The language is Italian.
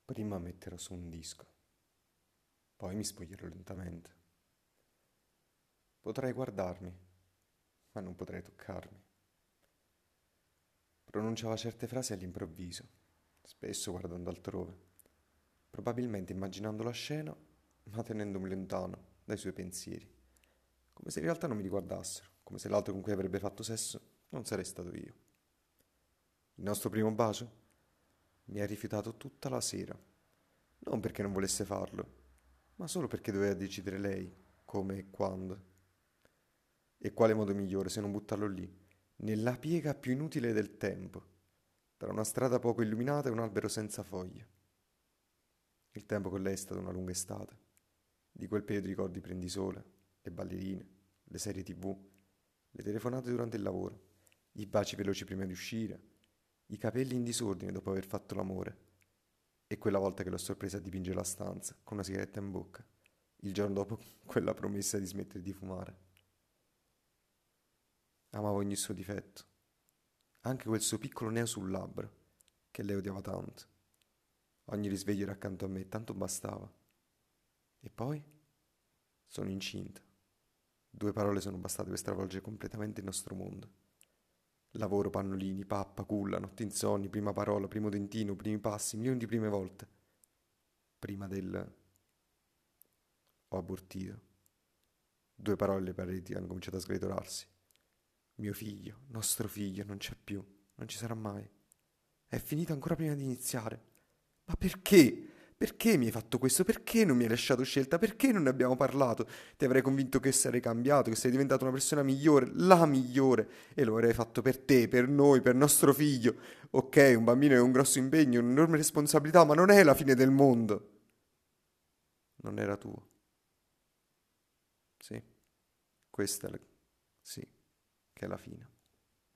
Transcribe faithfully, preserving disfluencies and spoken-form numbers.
Prima metterò su un disco, poi mi spoglierò lentamente. Potrai guardarmi, ma non potrai toccarmi. Pronunciava certe frasi all'improvviso, spesso guardando altrove, probabilmente immaginando la scena, ma tenendomi lontano dai suoi pensieri, come se in realtà non mi riguardassero, come se l'altro con cui avrebbe fatto sesso non sarei stato io. Il nostro primo bacio mi ha rifiutato tutta la sera, non perché non volesse farlo, ma solo perché doveva decidere lei, come e quando. E quale modo migliore se non buttarlo lì, nella piega più inutile del tempo, tra una strada poco illuminata e un albero senza foglie. Il tempo con lei è stata una lunga estate. Di quel periodo ricordi prendisole, le ballerine, le serie tv, le telefonate durante il lavoro, i baci veloci prima di uscire, i capelli in disordine dopo aver fatto l'amore, e quella volta che l'ho sorpresa a dipingere la stanza con una sigaretta in bocca, il giorno dopo quella promessa di smettere di fumare. Amavo ogni suo difetto, anche quel suo piccolo neo sul labbro, che lei odiava tanto. Ogni risveglio era accanto a me, tanto bastava. E poi? Sono incinta. Due parole sono bastate per stravolgere completamente il nostro mondo. Lavoro, pannolini, pappa, culla, notti insonni, prima parola, primo dentino, primi passi, milioni di prime volte. Prima del... Ho abortito. Due parole e le pareti hanno cominciato a sgretolarsi. Mio figlio, nostro figlio, non c'è più, non ci sarà mai. È finita ancora prima di iniziare. Ma perché? Perché mi hai fatto questo? Perché non mi hai lasciato scelta? Perché non ne abbiamo parlato? Ti avrei convinto che sarei cambiato, che sei diventato una persona migliore, la migliore, e lo avrei fatto per te, per noi, per nostro figlio. Ok, un bambino è un grosso impegno, un'enorme responsabilità, ma non è la fine del mondo. Non era tuo. Sì, questa è la... Sì, che è la fine.